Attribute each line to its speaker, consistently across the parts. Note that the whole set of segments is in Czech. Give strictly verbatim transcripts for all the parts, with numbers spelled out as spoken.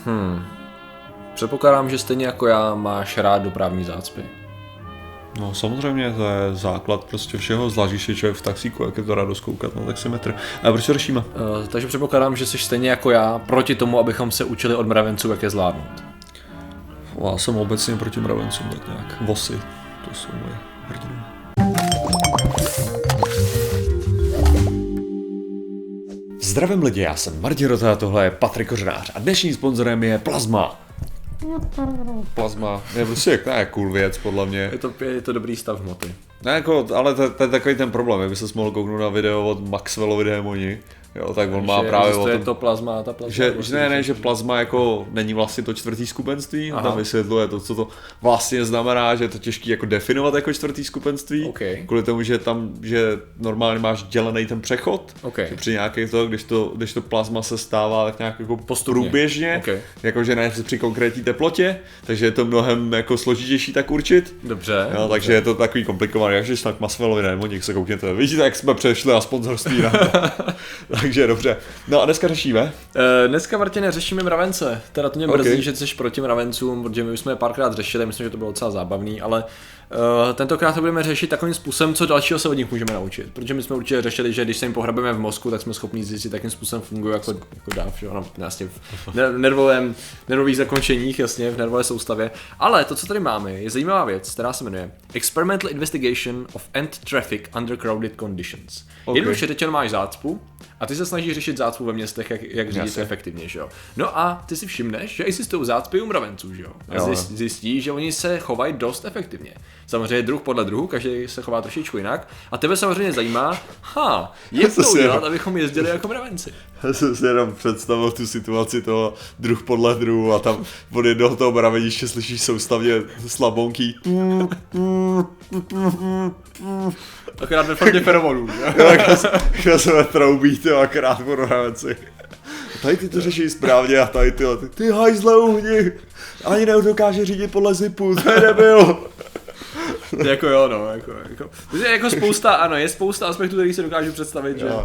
Speaker 1: Hmm. Předpokládám, že stejně jako já máš rád dopravní zácpy.
Speaker 2: No samozřejmě, to je základ prostě všeho, zvlášť když je člověk v taxíku, jak je to radost koukat na taximetr. A proč to řešíme?
Speaker 1: Uh, takže předpokládám, že jsi stejně jako já proti tomu, abychom se učili od mravenců, jak je zvládnout.
Speaker 2: Já jsem obecně proti mravencům, tak nějak. Vosy, to jsou moje hrdiny. Zdravím lidi, já jsem Martin Rota a tohle je Patrik Kořenář a dnešním sponzorem je Plazma. Plazma je prostě jak ne, cool věc podle mě.
Speaker 1: Je to, je to dobrý stav hmoty.
Speaker 2: Ne, jako, ale to, to je takový ten problém, kdyby ses mohl kouknout na video od Maxwellovy démoni. Jo, tak on
Speaker 1: že
Speaker 2: má právě o tom,
Speaker 1: to plazma a ta plazma.
Speaker 2: že, že ne, ne, že plazma jako není vlastně to čtvrtý skupenství, on tam vysvětluje to, co to vlastně znamená, že je to těžký jako definovat jako čtvrtý skupenství,
Speaker 1: okay.
Speaker 2: Kvůli tomu, že tam, že normálně máš dělený ten přechod,
Speaker 1: okay.
Speaker 2: Při nějakých toho, když to, když to plazma se stává tak nějak jako průběžně,
Speaker 1: okay.
Speaker 2: Jakože ne při konkrétní teplotě, takže je to mnohem jako složitější tak určit.
Speaker 1: Dobře.
Speaker 2: Jo,
Speaker 1: dobře.
Speaker 2: Takže je to takový komplikovaný, jak když tak Maxwellovi démoník se koukněte, vidíte, jak jsme přešli na sponzorství. Takže dobře. No a dneska řešíme? Uh,
Speaker 1: dneska, Martine, řešíme mravence. Teda to mě mrzí, okay. že jsi proti mravencům, protože my už jsme je párkrát řešili, myslím, že to bylo docela zábavný, ale uh, tentokrát to budeme řešit takovým způsobem, co dalšího se od nich můžeme naučit. Protože my jsme určitě řešili, že když se jim pohrabeme v mozku, tak jsme schopni zjistit, jakým způsobem fungují jako, jako dáv, že ono, jasně v nervovém, nervových zakončeních, jasně v nervové soustavě. Ale to, co tady máme, je zajímavá věc, která se jmenuje Experimental Investigation of Ant Traffic Under Crowded Conditions. Okay. Jednoduše řečeno máš zácpu a ty se snažíš řešit zácpu ve městech, jak, jak řídit Jasně. efektivně, že jo. No a ty si všimneš, že existují zácpy u mravenců, že jo. A jo, zjist, zjistíš, že oni se chovají dost efektivně. Samozřejmě druh podle druhu, každý se chová trošičku jinak. A tebe samozřejmě zajímá, ha, jak to udělat, jenom, abychom jezdili jako mravenci.
Speaker 2: Já jsem si jenom představil tu situaci toho druh podle druhu a tam od jednoho toho mraveniště slyšíš soustavně slabonký.
Speaker 1: Akorát ve formě feromonů.
Speaker 2: Já jsem ve troubí, ty akorát po mravenci. Tady ty to řeší správně a tady ty, ty, ty hajzle uhni, ani nedokáže řídit podle zipu, to je debil.
Speaker 1: Jako jo, no, jako, jako, je jako spousta, ano, je spousta aspektů, který si dokážu představit, že,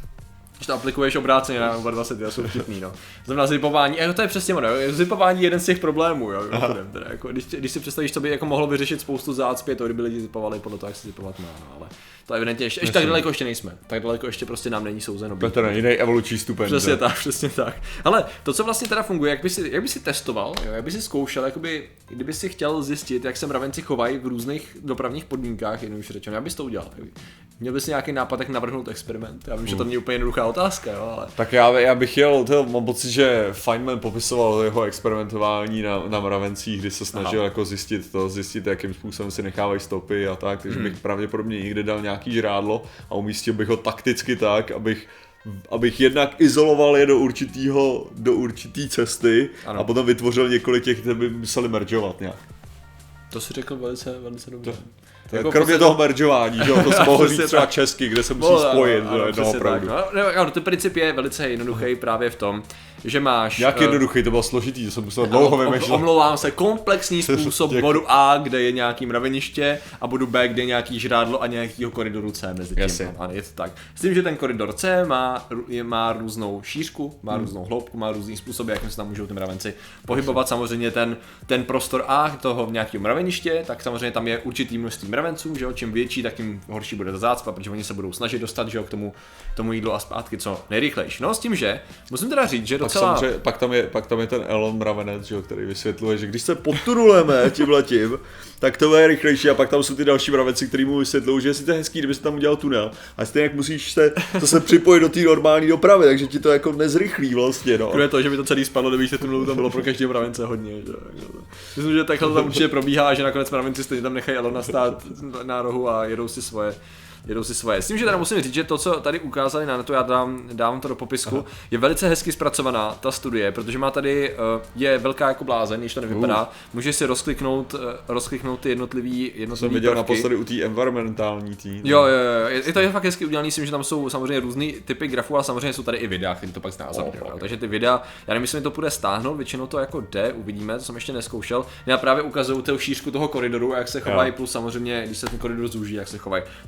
Speaker 1: že to aplikuješ obráceně na oba dva sety, jsou vtipný, no. Znamená zipování, jako to je přesně ono, zipování je jeden z těch problémů, jo, teda, jako, když, když si představíš, co by jako mohlo vyřešit spoustu zácpě, to kdyby lidi zipovali podle toho, jak se zipovat má, no, ale to evidentně ještě, ještě tak daleko ještě nejsme, tak daleko ještě prostě nám není souzeno.
Speaker 2: To je jiný evoluční stupeň.
Speaker 1: Přesně tak, přesně tak. Ale to, co vlastně teda funguje, jak by si, jak by si testoval, jo, jak by si zkoušel, jakoby, kdyby si chtěl zjistit, jak se mravenci chovají v různých dopravních podmínkách, jednoduše řečeno, jak bys to udělal? Měl bys nějaký nápad, jak navrhnout experiment? Já vím, že to není úplně jednoduchá otázka, jo, ale...
Speaker 2: Tak já, já bych jel, to, mám pocit, že Feynman popisoval jeho experimentování na, na mravencích, kdy se snažil Aha. jako zjistit to, zjistit, jakým způsobem si nechávají stopy a tak, takže hmm. bych pravděpodobně někdy dal nějaký žrádlo a umístil bych ho takticky tak, abych abych jednak izoloval je do určitýho, do určitý cesty ano. A potom vytvořil několik těch, které by museli meržovat nějak.
Speaker 1: To si řekl velice, velice dobře.
Speaker 2: To. Jako kromě poslední... toho meržování, že to se mohl říct třeba česky, kde se musí no, spojit do jednoho proudu.
Speaker 1: No, no, ten princip je velice jednoduchý právě v tom, že máš...
Speaker 2: Jak jednoduchý, to bylo složitý, to jsem musel dlouho vymýšlet.
Speaker 1: Omlouvám se, komplexní způsob bodu A, kde je nějaký mraveniště a bodu B, kde je nějaký žrádlo a nějakýho koridoru C mezi tím. Ano, je to tak. S tím, že ten koridor C má, má různou šířku, má hmm. různou hloubku, má různý způsob, jakým se tam můžou ty mravenci pohybovat. Samozřejmě ten, ten prostor A toho nějakého mraveniště, tak samozřejmě tam je určitý množství mravenců, že jo? Čím větší, tak tím horší bude ta zácpa, protože oni se budou snažit dostat, že jo, k tomu, tomu jídlu a zpátky co nejrychlejší. No s tím, že musím teda říct, že docela...
Speaker 2: Pak, pak, tam je, pak tam je ten Elon Mravenec, že jo, který vysvětluje, že když se podtunuleme tímhletím, tak to je rychlejší a pak tam jsou ty další mravenci, který mu vysvětlují, že je sice hezký, kdyby se tam udělal tunel, a stejně jak musíš se, to se připojit do té normální dopravy, takže ti to jako nezrychlí vlastně, no.
Speaker 1: Kromě toho, že by to celý spadlo, kdyby se tunelu tam bylo pro každého mravence hodně, že jo. Myslím, že takhle to tam určitě probíhá a že nakonec mravenci stejně tam nechají Elona stát na rohu a jedou si svoje. Jedou si svoje. S tím, že teda musím říct, že to, co tady ukázali na netu, já dám, dám to do popisku, Aha. je velice hezky zpracovaná ta studie, protože má tady, je velká jako blázen, když to nevypadá, uh. můžeš si rozkliknout, rozkliknout ty jednotlivý, jednotlivý
Speaker 2: Jsem viděl naposledy u té environmentální tý.
Speaker 1: Jo, jo, jo, je, je to je fakt hezky udělaný, myslím, že tam jsou samozřejmě různý typy grafů, ale samozřejmě jsou tady i videa, které to pak znázorňují. Oh, takže ty videa, já nevím, jestli mi to půjde stáhnout, většinou to jako jde, uvidíme, to jsem ještě neskoušel. Já právě ukazuju tu šířku toho koridoru, jak se chovají, plus samozřejmě, když se ten koridor zúží, jak se chovají. Takhle,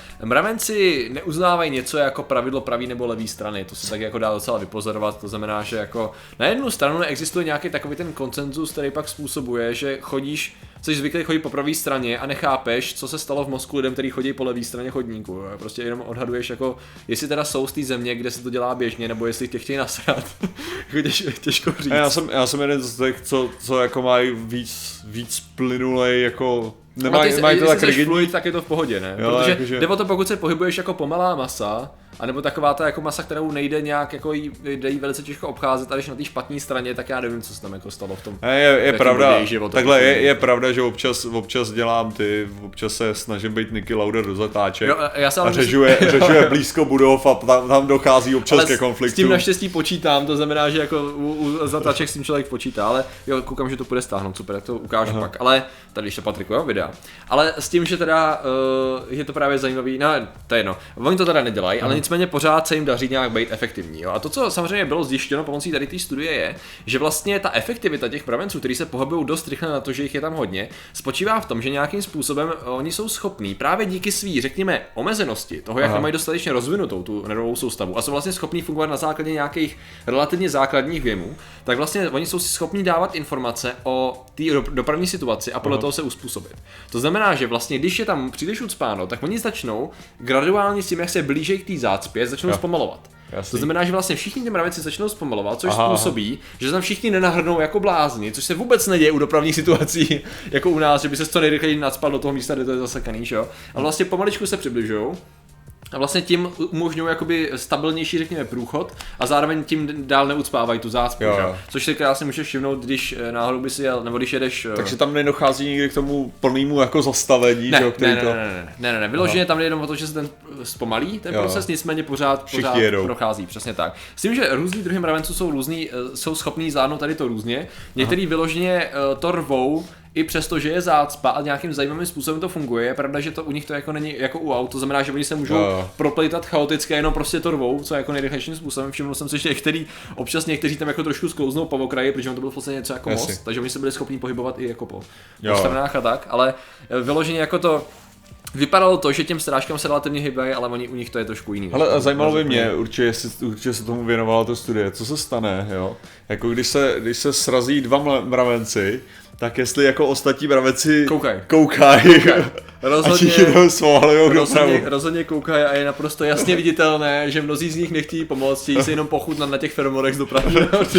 Speaker 1: Mravenci neuznávají něco jako pravidlo pravý nebo levý strany, to se tak jako dá docela vypozorovat, to znamená, že jako na jednu stranu neexistuje nějaký takový ten konsenzus, který pak způsobuje, že chodíš, jsi zvyklý chodit po pravé straně a nechápeš, co se stalo v mozku lidem, kteří chodí po levé straně chodníku. Jo? Prostě jenom odhaduješ, jako, jestli teda jsou z té země, kde se to dělá běžně, nebo jestli tě chtějí nasrat. Těž, těžko říct.
Speaker 2: Já jsem, já jsem jeden z těch, co, co jako mají víc, víc plynulej, jako
Speaker 1: Nemají, nemají to tak rigidní. Fluid, tak je to v pohodě, ne?
Speaker 2: Jo,
Speaker 1: protože
Speaker 2: jakože...
Speaker 1: jde o to, pokud se pohybuješ jako pomalá masa, anebo taková ta jako masa, kterou nejde nějak, jako jí, jde jí velice těžko obcházet, a když na té špatné straně, tak já nevím, co se tam jako stalo v tom.
Speaker 2: Je, je, je pravda, život, takhle je, je pravda, že občas, občas dělám ty, občas se snažím být Niki Lauda do zatáček jo, já a řežuje, řežuje blízko budov a tam, tam dochází občas ale ke konfliktu.
Speaker 1: S tím naštěstí počítám, to znamená, že jako u, u zatáček s tím člověk počítá, ale jo, koukám, že to půjde stáhnout, super, tak to ukážu Aha. pak, ale tady ještě Patriku, jo, videa. Ale s tím, že teda uh, je to právě zajímavý, no to je jedno, oni to teda nedělají, ale nicméně pořád se jim daří nějak být efektivní. Jo? A to, co samozřejmě bylo zjištěno pomocí tady té studie, je, že vlastně ta efektivita těch mravenců, kteří se pohybují dost rychle na to, že jich je tam hodně, spočívá v tom, že nějakým způsobem oni jsou schopní právě díky svý, řekněme, omezenosti, toho, jak mají dostatečně rozvinutou tu nervovou soustavu a jsou vlastně schopní fungovat na základě nějakých relativně základních věmů, tak vlastně oni jsou si schopní dávat informace o té dopravní situaci a podle Aha. toho se uspůsobit. To znamená, že vlastně, když je tam příliš ucpáno, tak oni začnou graduálně s tím, jak se blíží k té zácpě, začnou jo. zpomalovat. Jasný. To znamená, že vlastně všichni ty mravenci začnou zpomalovat, což aha, způsobí, aha. že tam všichni nenahrnou jako blázni, což se vůbec neděje u dopravních situací, jako u nás, že by se co nejrychleji nacpal do toho místa, kde to je zasekaný, že jo. A vlastně pomaličku se přibližujou. A vlastně tím umožňují jakoby stabilnější, řekněme, průchod a zároveň tím dál neucpávají tu zácpu, jo, jo. Což si krásně můžeš všimnout, když náhodou by si jel, nebo když jedeš...
Speaker 2: Takže tam nedochází nikdy k tomu plnému jako zastavení,
Speaker 1: ne,
Speaker 2: že jo, který
Speaker 1: ne,
Speaker 2: to...
Speaker 1: Ne, ne, ne, ne, ne, vyloženě tam jde jenom o to, že se ten zpomalí, ten jo. proces, nicméně pořád, pořád prochází, přesně tak. S tím, že různý druhy mravenců jsou různý, jsou schopní zvládnout tady to různě, některý Aha. vyloženě to rvou, i přesto, že je zácpa a nějakým zajímavým způsobem to funguje, je pravda, že to u nich to jako není jako u aut, to znamená, že oni se můžou uh. proplejtat chaoticky, jenom prostě to rvou, co jako nejrychlejším způsobem. Všiml jsem si, že některý, občas někteří tam jako trošku sklouznou po okraji, protože on to byl v podstatě něco jako Jasně. most, takže oni se byli schopni pohybovat i jako po, po stranách a tak, ale vyloženě jako to vypadalo to, že těm strážkám se relativně hýbají, ale oni, u nich to je trošku jiný.
Speaker 2: Ale zajímalo by mě, určitě, jestli, určitě se tomu věnovala to studie, co se stane, jo? Jako když se, když se srazí dva mravenci, tak jestli jako ostatní mravenci
Speaker 1: koukaj.
Speaker 2: Koukaj.
Speaker 1: Koukaj. Rozhodně,
Speaker 2: rozhodně,
Speaker 1: rozhodně koukají a je naprosto jasně viditelné, že mnozí z nich nechtějí pomoct, chtějí se jenom pochutnat na těch feromorech z dopravy.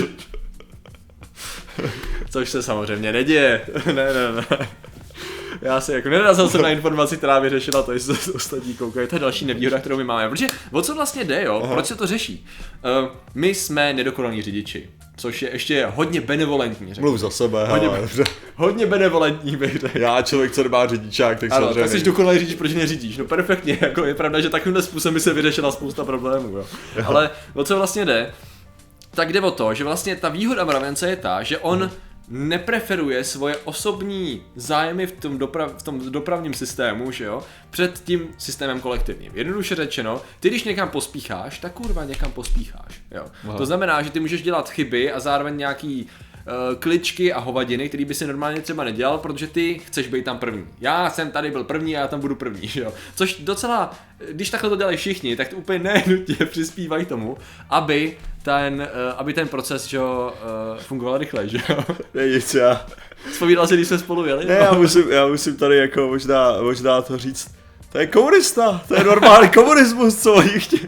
Speaker 1: Což se samozřejmě neděje. ne, ne, ne. Já si jako nenarazil jsem na informaci, která by řešila to, jestli se ostatní koukají. To je další nevýhoda, kterou my máme. Protože o co vlastně jde, jo? Aha. Proč se to řeší? Uh, my jsme nedokonalí řidiči, což je ještě hodně benevolentní. Řekl.
Speaker 2: Mluv za sebe,
Speaker 1: hodně, be- hodně benevolentní bych řekl.
Speaker 2: Já člověk, co nemá řidičák, tak
Speaker 1: ano,
Speaker 2: samozřejmě.
Speaker 1: Tak jsi dokonalý řidič, proč neřídíš? No perfektně, jako je pravda, že takovýmhle způsobem by se vyřešila spousta problémů, jo. Jo. Ale o co vlastně jde? Tak jde o to, že vlastně ta výhoda mravence je ta, že on hmm. nepreferuje svoje osobní zájmy v tom, doprav, v tom dopravním systému, že jo, před tím systémem kolektivním. Jednoduše řečeno, ty když někam pospícháš, tak kurva někam pospícháš, jo. Aha. To znamená, že ty můžeš dělat chyby a zároveň nějaký uh, kličky a hovadiny, který by si normálně třeba nedělal, protože ty chceš být tam první. Já jsem tady byl první a já tam budu první, že jo. Což docela, když takhle to dělají všichni, tak to úplně nenutně přispívají tomu, aby ten, uh, aby ten proces, že jo, uh, fungoval rychle, že jo.
Speaker 2: Nic, já.
Speaker 1: Vzpomínal si, když jsme spolu jeli?
Speaker 2: Ne, já musím, já musím tady jako možná, možná to říct, to je komunista, to je normální komunismus, co oni chtějí.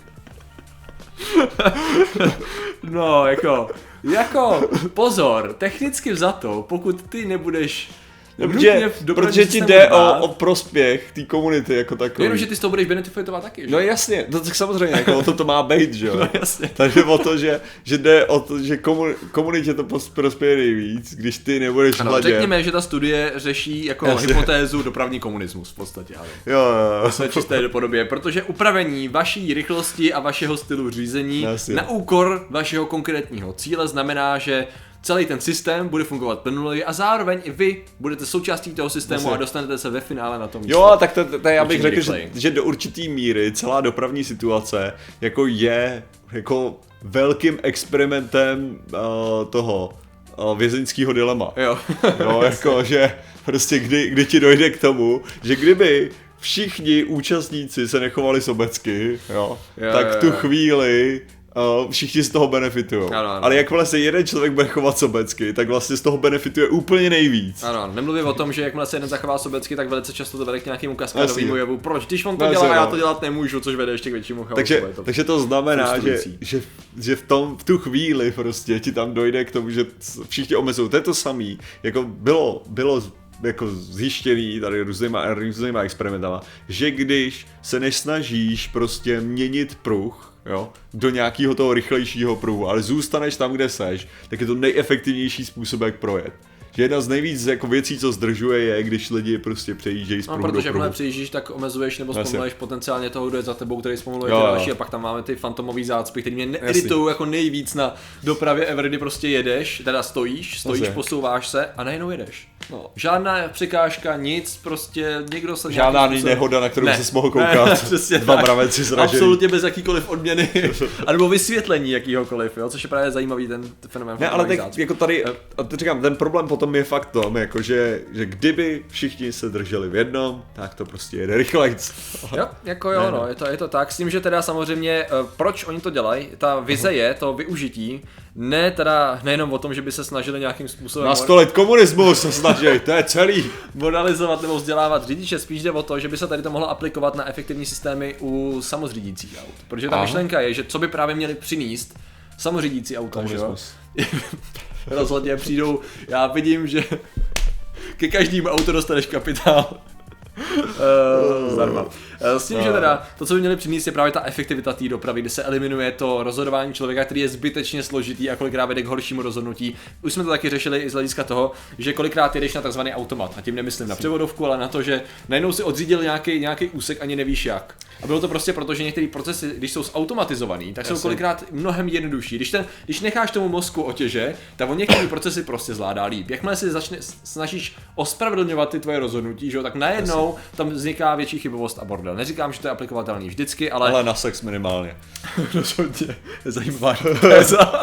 Speaker 1: No, jako, jako, pozor, technicky vzato, pokud ty nebudeš
Speaker 2: Protože, protože ti jde o, o prospěch té komunity jako takový.
Speaker 1: Jenom, že ty z toho budeš benefitovat taky, že?
Speaker 2: No jasně, to tak samozřejmě, jako o to to má být, že jo?
Speaker 1: No jasně.
Speaker 2: Takže o to, že, že jde o to, že komun, komunitě to prospěje nejvíc, když ty nebudeš
Speaker 1: ano,
Speaker 2: hladě.
Speaker 1: Řekněme, že ta studie řeší jako jasně. hypotézu dopravní komunismus v podstatě, ale.
Speaker 2: Jo, jo, jo.
Speaker 1: To je čisté podobě, protože upravení vaší rychlosti a vašeho stylu řízení
Speaker 2: jasně.
Speaker 1: na úkor vašeho konkrétního cíle znamená, že celý ten systém bude fungovat plynulej a zároveň i vy budete součástí toho systému Myslím. a dostanete se ve finále na tom místě.
Speaker 2: Jo, tak to, to, to já bych řekl, že, že do určitý míry celá dopravní situace jako je jako velkým experimentem uh, toho uh, vězeňského dilema.
Speaker 1: Jo.
Speaker 2: Jo, jako že prostě kdy, kdy ti dojde k tomu, že kdyby všichni účastníci se nechovali sobecky, jo,
Speaker 1: jo
Speaker 2: tak
Speaker 1: jo,
Speaker 2: v tu
Speaker 1: jo.
Speaker 2: chvíli uh, všichni z toho benefitují. Ale jakmile se jeden člověk bude chovat sobecky, tak vlastně z toho benefituje úplně nejvíc.
Speaker 1: Ano, nemluvím o tom, že jakmile se jeden zachová sobecky, tak velice často to vede k nějakému kaskádovýmu jevu. Proč? Když on to dělá, a já to dělat nemůžu, což vede ještě k většímu chaosu.
Speaker 2: Takže,
Speaker 1: to
Speaker 2: takže to znamená, že, že, že v, tom, v tu chvíli prostě ti tam dojde k tomu, že všichni omezují. To je to samý, jako bylo, bylo jako zjištěný tady různýma, různýma experimentama, že když se nesnažíš prostě měnit pruh, jo, do nějakého toho rychlejšího pruhu, ale zůstaneš tam, kde seš, tak je to nejefektivnější způsob, jak projet. Že jedna z nejvíc jako věcí, co zdržuje, je, když lidi prostě přejížejí z pruhu
Speaker 1: no,
Speaker 2: do
Speaker 1: protože
Speaker 2: pruhu.
Speaker 1: jakmile přijíždíš, tak omezuješ nebo zpomaluješ potenciálně toho, kdo je za tebou, který zpomaluje
Speaker 2: jo,
Speaker 1: ty
Speaker 2: jo.
Speaker 1: další, a pak tam máme ty fantomový zácpy, které mě neiritují jako nejvíc na dopravě ever, kdy prostě jedeš, teda stojíš, stojíš,
Speaker 2: Jasně.
Speaker 1: posouváš se a najednou jedeš. No. Žádná překážka, nic, prostě někdo se
Speaker 2: žádná nehoda, na kterou
Speaker 1: ne,
Speaker 2: se mohl koukat.
Speaker 1: Ne,
Speaker 2: Dva mravenci zražený.
Speaker 1: Absolutně bez jakýkoliv odměny, anebo vysvětlení jakýhokoliv, jo, což je právě zajímavý ten fenomén.
Speaker 2: Ne, ale tak jako tady, a to říkám, ten problém potom je fakt tom, jako že, že kdyby všichni se drželi v jednom, tak to prostě jede rychlejc.
Speaker 1: Jo, jako jo, ne, no, je to, je to tak, s tím, že teda samozřejmě, proč oni to dělají, ta vize je, to využití, ne teda nejenom o tom, že by se snažili nějakým způsobem
Speaker 2: nastolit komunismus se snaží, to je celý.
Speaker 1: Moralizovat nebo vzdělávat řidiče, spíš jde o to, že by se tady to mohlo aplikovat na efektivní systémy u samořídících aut. Protože ta Aha. myšlenka je, že co by právě měli přinést samořídící auta, že jo? Rozhodně přijdou, já vidím, že ke každému autu dostaneš kapitál. Uh, zdarma. Uh, s tím, že teda to, co by měli přinést, je právě ta efektivita té dopravy, kde se eliminuje to rozhodování člověka, který je zbytečně složitý a kolikrát vede k horšímu rozhodnutí. Už jsme to taky řešili i z hlediska toho, že kolikrát jedeš na takzvaný automat. A tím nemyslím na převodovku, ale na to, že najednou si odřídil nějaký nějaký úsek, ani nevíš jak. A bylo to prostě proto, že některé procesy, když jsou zautomatizovaný, tak jsou Jasně. kolikrát mnohem jednodušší. Když, ten, když necháš tomu mozku otěže, tak on některé procesy prostě zvládá líp. Jakmile si začne, snažíš ospravedlňovat ty tvoje rozhodnutí, že jo, tak najednou Jasně. tam vzniká větší chybovost a bordel. Neříkám, že to je aplikovatelný vždycky, ale...
Speaker 2: Ale na sex minimálně.
Speaker 1: Rozhodně. Zajímavá téza.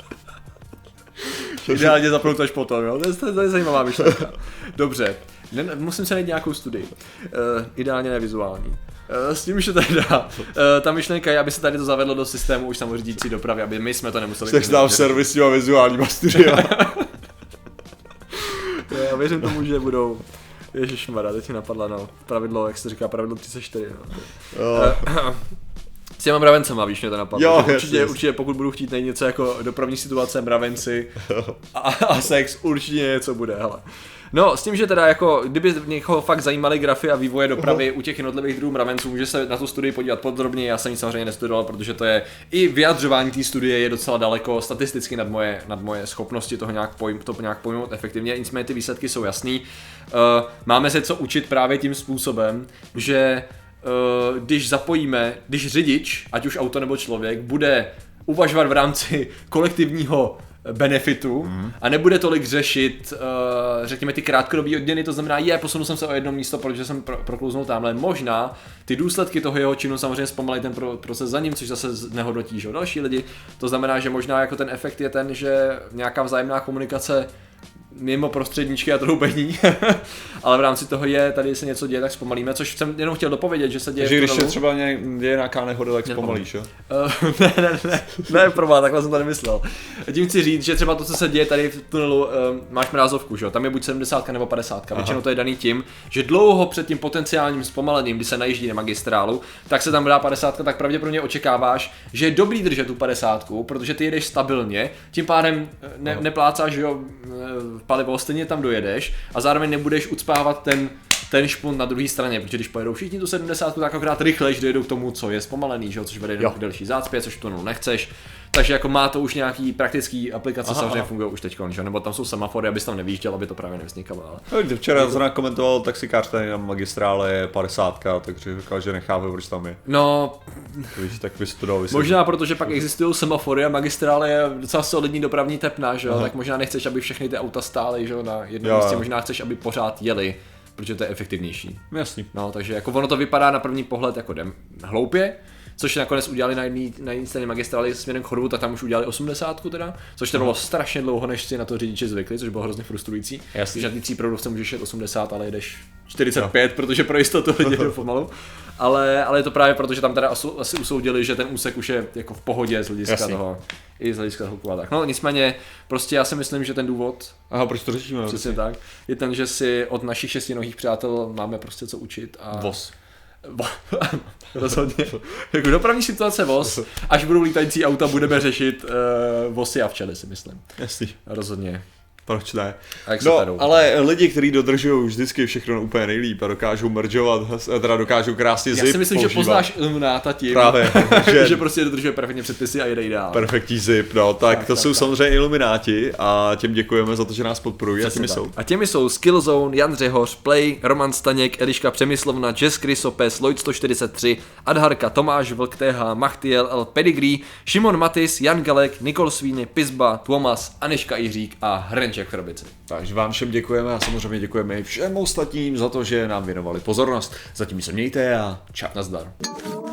Speaker 1: Ideálně zapnout až potom, jo? To je, to je zajímavá myšlenka. Dobře. Ne, musím se najít nějakou studii. Uh, ideálně nevizuální. Uh, s tím, že teda uh, ta myšlenka je, aby se tady to zavedlo do systému už samořídící dopravy, aby my jsme to nemuseli...
Speaker 2: Jsi tam servisní a vizuálníma studia.
Speaker 1: Já věřím tomu, že budou... Ježišmarja, teď mi napadla, no, pravidlo, jak se říká, pravidlo třicet čtyři, no. Uh, s těma mravencema, víš, mě to napadlo.
Speaker 2: Jo,
Speaker 1: určitě, yes, určitě, pokud budu chtít najít něco jako dopravní situace, mravenci a, a sex, určitě něco bude, hele. No, s tím, že teda jako, kdyby někoho fakt zajímaly grafy a vývoje dopravy uh-huh. u těch jednotlivých druhů mravenců, může se na tu studii podívat podrobně, já jsem ji samozřejmě nestudoval, protože to je, i vyjadřování té studie je docela daleko statisticky nad moje, nad moje schopnosti toho nějak, pojm, to nějak pojmout efektivně, nicméně ty výsledky jsou jasný. Uh, máme se co učit právě tím způsobem, že uh, když zapojíme, když řidič, ať už auto nebo člověk, bude uvažovat v rámci kolektivního benefitu mm. a nebude tolik řešit, uh, řekněme, ty krátkodobé odměny, to znamená, je, posunul jsem se o jedno místo, protože jsem pro, proklouznul tamhle. Možná ty důsledky toho jeho činu samozřejmě zpomalí ten pro, proces za ním, což zase nehodnotí, že další lidi. To znamená, že možná jako ten efekt je ten, že nějaká vzájemná komunikace mimo prostředníčky a troubení, ale v rámci toho je, tady se něco děje, tak zpomalíme, což jsem jenom chtěl dopovědět, že se děje.
Speaker 2: Takže když se třeba ně, děje nějaká nehoda, tak zpomalíš, jo?
Speaker 1: Uh, ne, ne, ne, ne, probá, takhle jsem to nemyslel. Tím chci říct, že třeba to, co se děje tady v tunelu, uh, máš mrázovku, že jo? Tam je buď sedmdesát nebo padesát. Většinou to je daný tím, že dlouho před tím potenciálním zpomalením, kdy se najíždí na magistrálu, tak se tam dá padesát, tak pravděpodobně očekáváš, že je dobrý držet tu padesátku, protože ty jedeš stabilně, tím pádem ne, neplácáš, že jo, palivo, stejně tam dojedeš a zároveň nebudeš ucpávat ten, ten špunt na druhé straně, protože když pojedou všichni tu sedmdesát, tak akorát rychlejš dojedou k tomu, co je zpomalený, že jo, což vede k delší zácpě, což tu nechceš. Takže jako má to už nějaký praktický aplikace, aha, samozřejmě fungují už teď, že? Nebo tam jsou semafory, abys tam nevýjížděl, aby to právě nevznikalo. Ale...
Speaker 2: Včera zrovna komentoval taxikář tady na magistrále je padesát, takže říkal, že nechápe, proč tam je.
Speaker 1: No,
Speaker 2: víš, tak vystudoval.
Speaker 1: Možná protože pak existují semafory a magistrále je docela solidní dopravní tepna, že jo, tak možná nechceš, aby všechny ty auta stály, že jo, na jednom jo, místě, možná chceš, aby pořád jeli, protože to je efektivnější.
Speaker 2: Jasný.
Speaker 1: No, takže jako ono to vypadá na první pohled jako dem hloupě, což nakonec udělali na jedné na jedné straně magistrály směrem k Chodovu, tak tam už udělali osmdesátku teda, což to bylo strašně dlouho, než si na to řidiči zvykli, což bylo hrozně frustrující. Jasný. Když na té tříproudovce můžeš jet osmdesát, ale jedeš čtyřicet pět, no. Protože pro jistotu lidi jdou pomalu. Ale, ale je to právě proto, že tam teda asi, asi usoudili, že ten úsek už je jako v pohodě z hlediska Jasný. toho, i z hlediska toho tak. No nicméně, prostě já si myslím, že ten důvod,
Speaker 2: aha, proč to řešíme?
Speaker 1: Přesně tak, je ten, že si od našich šestinohých přátel máme prostě co učit. A...
Speaker 2: Voz.
Speaker 1: Rozhodně. Jako dopravní situace voz, až budou lítající auta, budeme řešit uh, vozy a včely, si myslím.
Speaker 2: Jasný.
Speaker 1: Rozhodně.
Speaker 2: Proč ne?
Speaker 1: No,
Speaker 2: perou, ale lidi, kteří dodržují vždycky všechno úplně nejlíp a dokážou meržovat, teda dokážou krásně zip
Speaker 1: Já si myslím,
Speaker 2: používat.
Speaker 1: Že poznáš Illumináta tím,
Speaker 2: Právě,
Speaker 1: že... že prostě dodržuje perfektně předpisy a jede dál.
Speaker 2: Perfektní zip, no, tak, tak to tak, jsou tak. samozřejmě Illumináti a těm děkujeme za to, že nás podporují. A těmi jsou?
Speaker 1: A těmi jsou Skillzone, Jan Řehoř, Play, Roman Staněk, Eliška Přemyslovna, Jess Krysopes, Lloyd sto čtyřicet tři, Adharka, Tomáš Vlk, T H, Machtiel, L. Pedigree, Šimon Matis, Jan Galek, Nikol Svíny, Pizba, Tomas, Aneška Jiřík a Hrenček Chrobice.
Speaker 2: Takže vám všem děkujeme a samozřejmě děkujeme i všem ostatním za to, že nám věnovali pozornost. Zatím se mějte a čau.
Speaker 1: Nazdar.